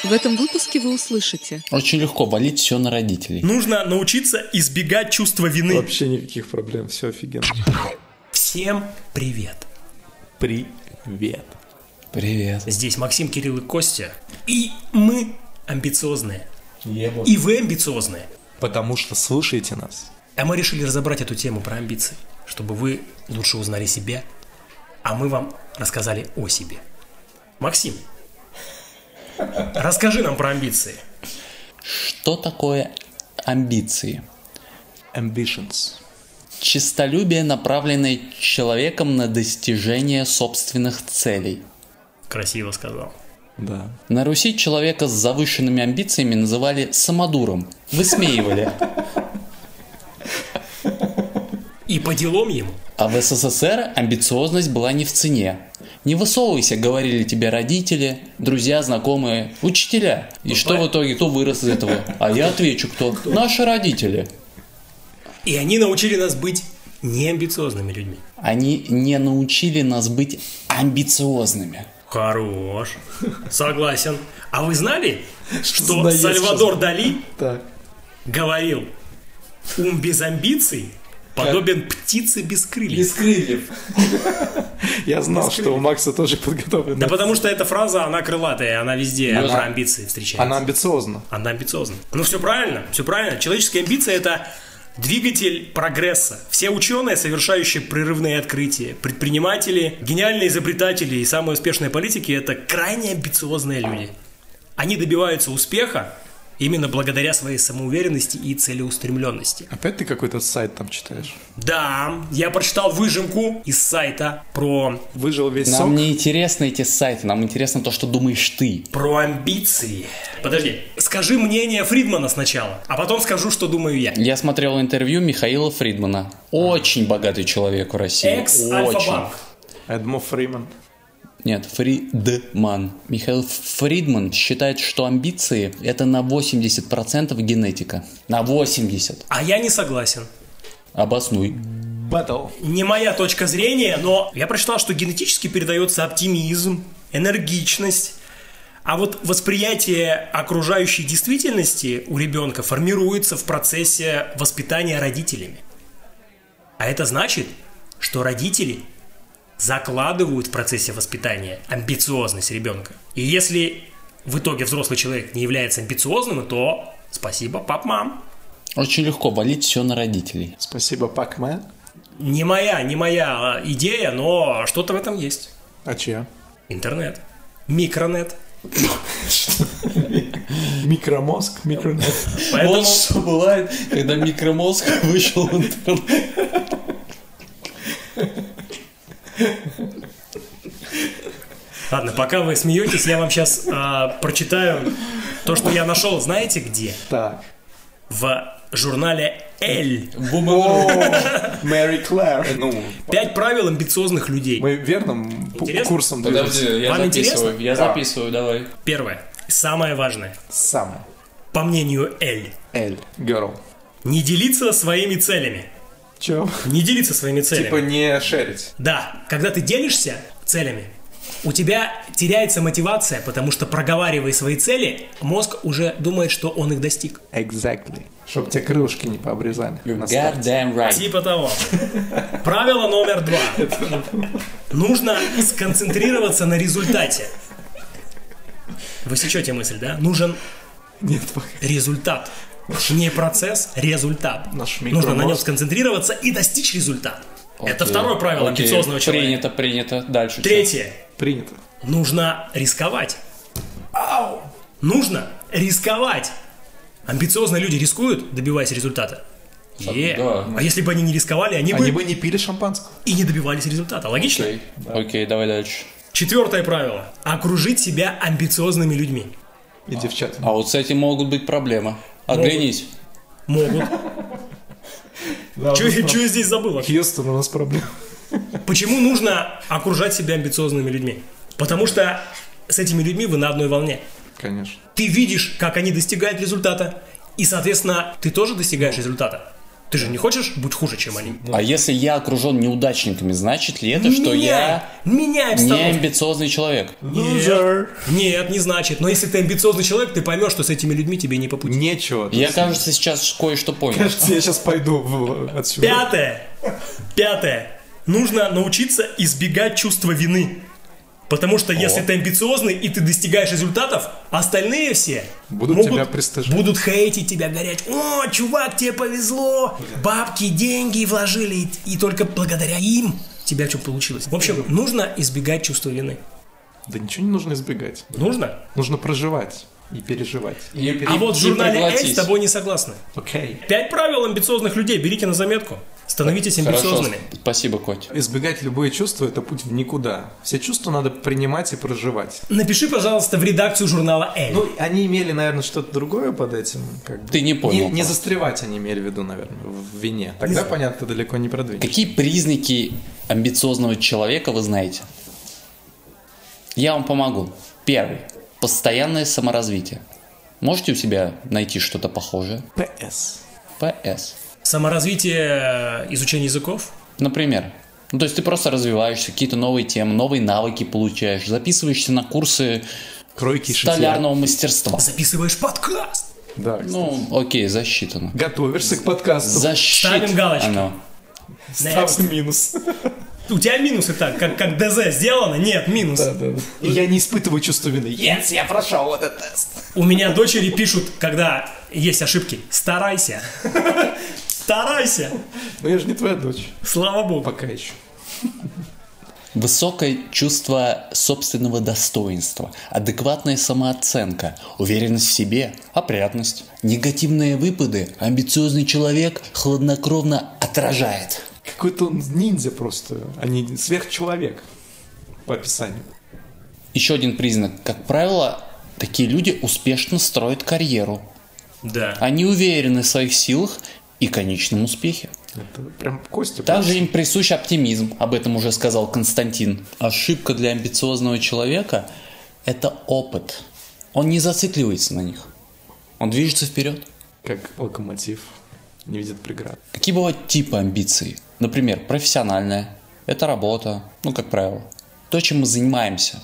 В этом выпуске вы услышите: очень легко валить все на родителей. Нужно научиться избегать чувства вины. Вообще никаких проблем, все офигенно. Всем привет. Привет. Привет. Здесь Максим, Кирилл и Костя. И мы амбициозные. И вы амбициозные. Потому что слушаете нас. А мы решили разобрать эту тему про амбиции, чтобы вы лучше узнали себя, а мы вам рассказали о себе. Максим, расскажи нам про амбиции. Что такое амбиции? Ambitions. Честолюбие, направленное человеком на достижение собственных целей. Красиво сказал. Да. На Руси человека с завышенными амбициями называли самодуром, высмеивали. И по делам ему. А в СССР амбициозность была не в цене. Не высовывайся, говорили тебе родители, друзья, знакомые, учителя. И что в итоге? Кто вырос из этого? А я отвечу, кто? Наши родители. И они научили нас быть неамбициозными людьми. Они не научили нас быть амбициозными. Хорош. Согласен. А вы знали, что знаешь, Сальвадор Дали Так. говорил: ум без амбиций подобен птице без крыльев. крыльев. Я знал, что у Макса тоже подготовлено. Да потому что эта фраза, она крылатая, она везде про амбиции встречается. Она амбициозна. Она амбициозна. Ну все правильно, все правильно. Человеческие амбиции — это двигатель прогресса. Все ученые, совершающие прерывные открытия, предприниматели, гениальные изобретатели и самые успешные политики — это крайне амбициозные люди. Они добиваются успеха именно благодаря своей самоуверенности и целеустремленности. Опять ты какой-то сайт там читаешь? Да, я прочитал выжимку из сайта про Выжил весь сок? Нам не интересны эти сайты, нам интересно то, что думаешь ты. амбиции. Подожди, скажи мнение Фридмана сначала, а потом скажу, что думаю я. Я смотрел интервью Михаила Фридмана. Очень богатый человек в России. Экс-Альфа-банк. Эдмо Фриман. Нет, Фридман. Михаил Фридман считает, что амбиции – это на 80% генетика. На 80%. А я не согласен. Обоснуй. Баттл. Не моя точка зрения, но я прочитал, что генетически передается оптимизм, энергичность. А вот восприятие окружающей действительности у ребенка формируется в процессе воспитания родителями. А это значит, что родители закладывают в процессе воспитания амбициозность ребенка. И если в итоге взрослый человек не является амбициозным, то спасибо, пап-мам. Очень легко валить все на родителей. Спасибо, Пакмен. Не моя идея, но что-то в этом есть. А чья? Интернет. Микронет. Микромозг, микронет. Поэтому... Вот что бывает, когда микромозг вышел в интернет. Ладно, пока вы смеетесь, я вам сейчас прочитаю то, что я нашел, знаете где? Так. В журнале «Эль». Мэри Клэр. 5 правил амбициозных людей. Мы верным Интересно? курсом движемся. я Вам записываю. интересно? Я записываю, давай. Первое. Самое важное. Самое. По мнению «Эль». Эль. Girl. Не делиться своими целями. Чё? Не делиться своими целями. Типа не шерить. Да, когда ты делишься целями, у тебя теряется мотивация, потому что, проговаривая свои цели, мозг уже думает, что он их достиг. Exactly. Чтоб тебе крылышки не пообрезали. на старте. Goddamn right. Типа того. Правило номер 2. Нужно сконцентрироваться на результате. Вы сечете мысль, да? Нужен Нет, пока. результат. Не процесс, результат. Наш Нужно на нем микромозг. сконцентрироваться и достичь результата. Это Окей. второе правило Окей. амбициозного человека. Принято. Дальше. Третье. Принято. Нужно рисковать. Нужно рисковать. Амбициозные люди рискуют, добиваясь результата. Да. А если бы они не рисковали, они Они бы бы не пили шампанского. и не добивались результата. Логично? Окей, давай дальше. Четвертое правило. Окружить себя амбициозными людьми. И девчата. А вот с этим могут быть проблемы. Оглянись. Могут. Что я здесь забыл? Хьюстон, у нас проблема. Почему нужно окружать себя амбициозными людьми? Потому что с этими людьми вы на одной волне. Конечно. Ты видишь, как они достигают результата, и, соответственно, ты тоже достигаешь результата. Ты же не хочешь быть хуже, чем они? А если я окружен неудачниками, значит ли это, что я Меняй не обстановку. амбициозный человек? Нет, не значит. Но если ты амбициозный человек, ты поймешь, что с этими людьми тебе не по пути. Нечего. Я, кажется, сейчас кое-что понял. Кажется, я сейчас пойду отсюда. Пятое. Нужно научиться избегать чувства вины. Потому что если ты амбициозный и ты достигаешь результатов, остальные все Будут тебя пристыжать. будут хейтить тебя, говорить: о, чувак, тебе повезло, бабки, деньги вложили, и только благодаря им у тебя что получилось. В общем, нужно избегать чувства вины. Да ничего не нужно избегать. Нужно? Нужно проживать и переживать. А вот в журнале Эль проглотить. с тобой не согласны. Окей. 5 правил амбициозных людей, берите на заметку. Становитесь Хорошо, амбициозными. спасибо, Коть. Избегать любые чувства – это путь в никуда. Все чувства надо принимать и проживать. Напиши, пожалуйста, в редакцию журнала Эль. Ну, они имели, наверное, что-то другое под этим. Как бы. Ты не понял. Не застревать они имели в виду, наверное, в вине. Тогда, понятно, ты далеко не продвинешься. Какие признаки амбициозного человека вы знаете? Я вам помогу. Первый. Постоянное саморазвитие. Можете у себя найти что-то похожее? ПС. ПС. Саморазвитие, изучение языков. Например. Ну, то есть ты просто развиваешься, какие-то новые темы, новые навыки получаешь, записываешься на курсы Кройки, шитья. столярного мастерства. Записываешь подкаст. Да, кстати. Ну, окей, засчитано. Готовишься к подкасту. Ставим галочки. Засчитано. Ставь минус. У тебя минусы так, как ДЗ сделано? Нет, минус. И я не испытываю чувство вины. Yes, я прошел этот тест. У меня дочери пишут, когда есть ошибки: старайся. Старайся. Но я же не твоя дочь. Слава богу. Пока еще. Высокое чувство собственного достоинства, адекватная самооценка, уверенность в себе, опрятность. Негативные выпады амбициозный человек хладнокровно отражает. Какой-то он ниндзя просто, а не сверхчеловек по описанию. Еще один признак. Как правило, такие люди успешно строят карьеру. Да. Они уверены в своих силах и конечном успехе. Это прям Костя. Также им присущ оптимизм, об этом уже сказал Константин. Ошибка для амбициозного человека – это опыт. Он не зацикливается на них. Он движется вперед. Как локомотив. Не видит преград. Какие бывают типы амбиций? Например, профессиональная – это работа, ну, как правило. То, чем мы занимаемся.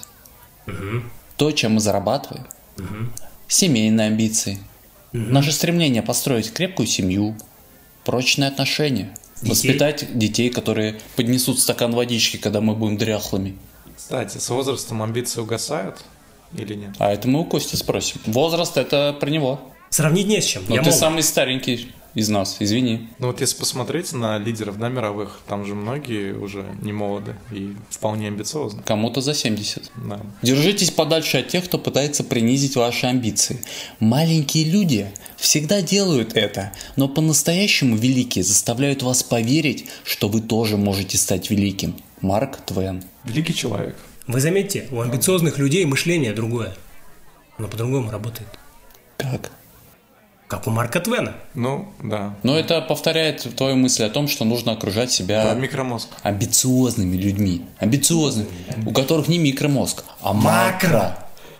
То, чем мы зарабатываем. Семейные амбиции. Наше стремление построить крепкую семью, прочные отношения. Воспитать детей, которые поднесут стакан водички, когда мы будем дряхлыми. Кстати, с возрастом амбиции угасают или нет? А это мы у Кости спросим. Возраст – это про него. Сравнить не с чем. Но Я ты молод. самый старенький из нас, извини. Ну вот если посмотреть на лидеров, да, мировых, там же многие уже не молоды и вполне амбициозны. Кому-то за 70. Да. Держитесь подальше от тех, кто пытается принизить ваши амбиции. Маленькие люди всегда делают это, но по-настоящему великие заставляют вас поверить, что вы тоже можете стать великим. Марк Твен. Великий человек. Вы заметьте, у амбициозных людей мышление другое. Оно по-другому работает. Как? Как у Марка Твена. Ну, да. Но это повторяет твою мысль о том, что нужно окружать Да, себя микромозг. амбициозными людьми. Амбициозными, у которых не микромозг, а макро.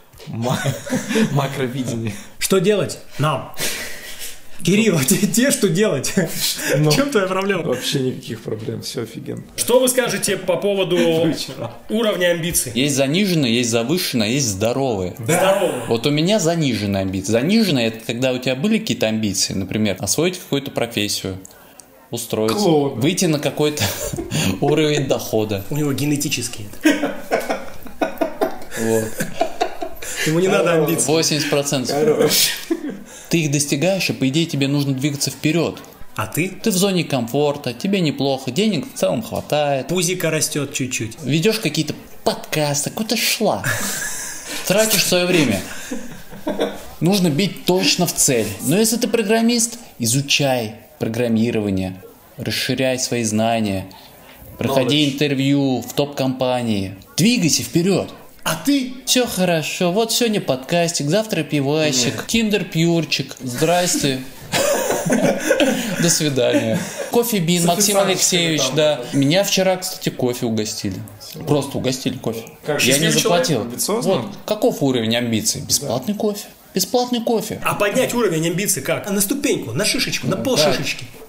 Макровидение. Что делать? Нам. Кирилл, тебе что делать? В чем твоя проблема? Вообще никаких проблем, все офигенно. Что вы скажете по поводу уровня амбиций? Есть заниженные, есть завышенные, есть здоровые. Здорово. Вот у меня заниженные амбиции. Заниженные – это когда у тебя были какие-то амбиции, например, освоить какую-то профессию, устроиться, Клоун. выйти на какой-то уровень дохода. У него генетические. Вот. Ему не надо амбиций. 80%. Ты их достигаешь, и по идее тебе нужно двигаться вперед. А ты? Ты в зоне комфорта, тебе неплохо, денег в целом хватает. Пузико растет чуть-чуть. Ведешь какие-то подкасты, какой-то шлак. Тратишь свое время. Нужно бить точно в цель. Но если ты программист, изучай программирование, расширяй свои знания, проходи интервью в топ-компании, двигайся вперед. А ты? Все хорошо, вот сегодня подкастик, завтра пивасик, киндер-пьюрчик, здрасте. До свидания. Кофе-бин, Максим Алексеевич, да. Меня вчера, кстати, кофе угостили. Просто угостили кофе. Я не заплатил. Вот, каков уровень амбиций? Бесплатный кофе. Бесплатный кофе. А поднять уровень амбиций как? На ступеньку, на шишечку, на полшишечки.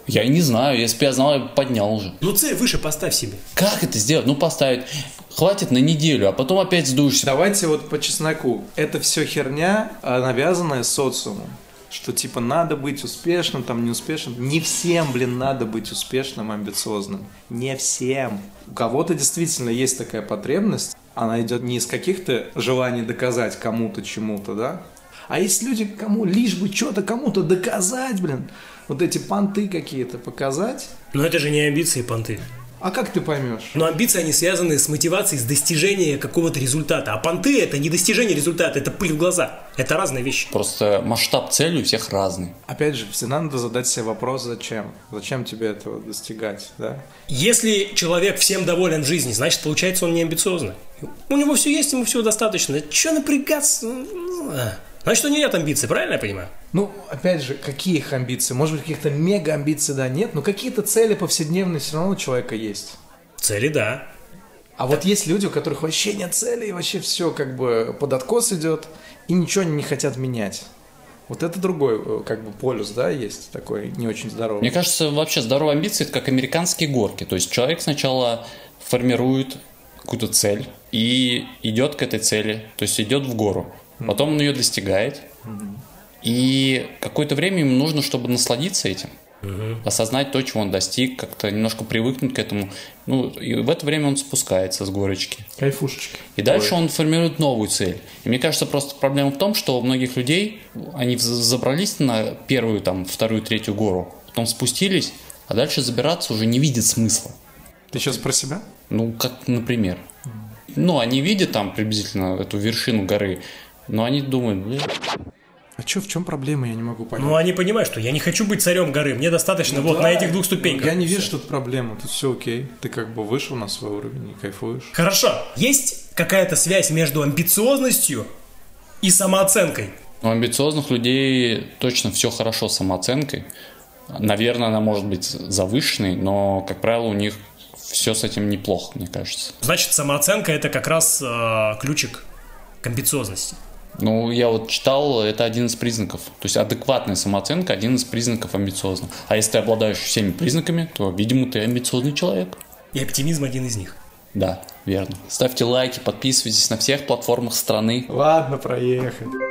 Я не знаю, если бы я знал, я бы поднял уже. Ну цель выше поставь себе. Как это сделать? Ну, поставить. Хватит на неделю, а потом опять сдуешься. Давайте вот по чесноку. Это все херня, навязанная социумом. Что типа надо быть успешным, там неуспешным. Не всем, надо быть успешным, амбициозным. Не всем. У кого-то действительно есть такая потребность. Она идет не из каких-то желаний доказать кому-то чему-то, да? А есть люди, кому лишь бы что-то кому-то доказать, вот эти понты какие-то показать. Но это же не амбиции, понты. А как ты поймешь? Но амбиции, они связаны с мотивацией, с достижением какого-то результата. А понты – это не достижение результата, это пыль в глаза. Это разные вещи. Просто масштаб цели у всех разный. Опять же, всегда надо задать себе вопрос, зачем? Зачем тебе этого достигать, да? Если человек всем доволен в жизни, значит, получается, он не амбициозный. У него все есть, ему всего достаточно. Че напрягаться? Значит, у него нет амбиций, правильно я понимаю? Ну, опять же, какие их амбиции? Может быть, каких-то мега амбиций, да, нет, но какие-то цели повседневные все равно у человека есть. Цели, да. А вот есть люди, у которых вообще нет цели, и вообще все как бы под откос идет, и ничего они не хотят менять. Вот это другой как бы полюс, да, есть такой не очень здоровый. Мне кажется, вообще здоровые амбиции – это как американские горки. То есть человек сначала формирует какую-то цель и идет к этой цели, то есть идет в гору. Потом он ее достигает, и какое-то время ему нужно, чтобы насладиться этим, осознать то, чего он достиг, как-то немножко привыкнуть к этому. Ну, и в это время он спускается с горочки. Кайфушечки. И дальше он формирует новую цель. И мне кажется, просто проблема в том, что у многих людей, они забрались на первую, там, вторую, третью гору, потом спустились, а дальше забираться уже не видят смысла. Ты сейчас про себя? Ну, как, например. Ну, они видят там приблизительно эту вершину горы, но они думают, А в чем проблема, я не могу понять. Ну, они понимают, что я не хочу быть царем горы, мне достаточно вот да, на этих двух ступеньках. Я не вижу, что тут проблема, тут все окей. Ты как бы вышел на свой уровень и кайфуешь. Хорошо. Есть какая-то связь между амбициозностью и самооценкой? у амбициозных людей точно все хорошо с самооценкой. Наверное, она может быть завышенной, но, как правило, у них все с этим неплохо, мне кажется. Значит, самооценка – это как раз ключик к амбициозности. Ну, я вот читал, это один из признаков. То есть адекватная самооценка – один из признаков амбициозного. А если ты обладаешь всеми признаками, то, видимо, ты амбициозный человек. И оптимизм один из них. Да, верно. Ставьте лайки, подписывайтесь на всех платформах страны. Ладно, проехали.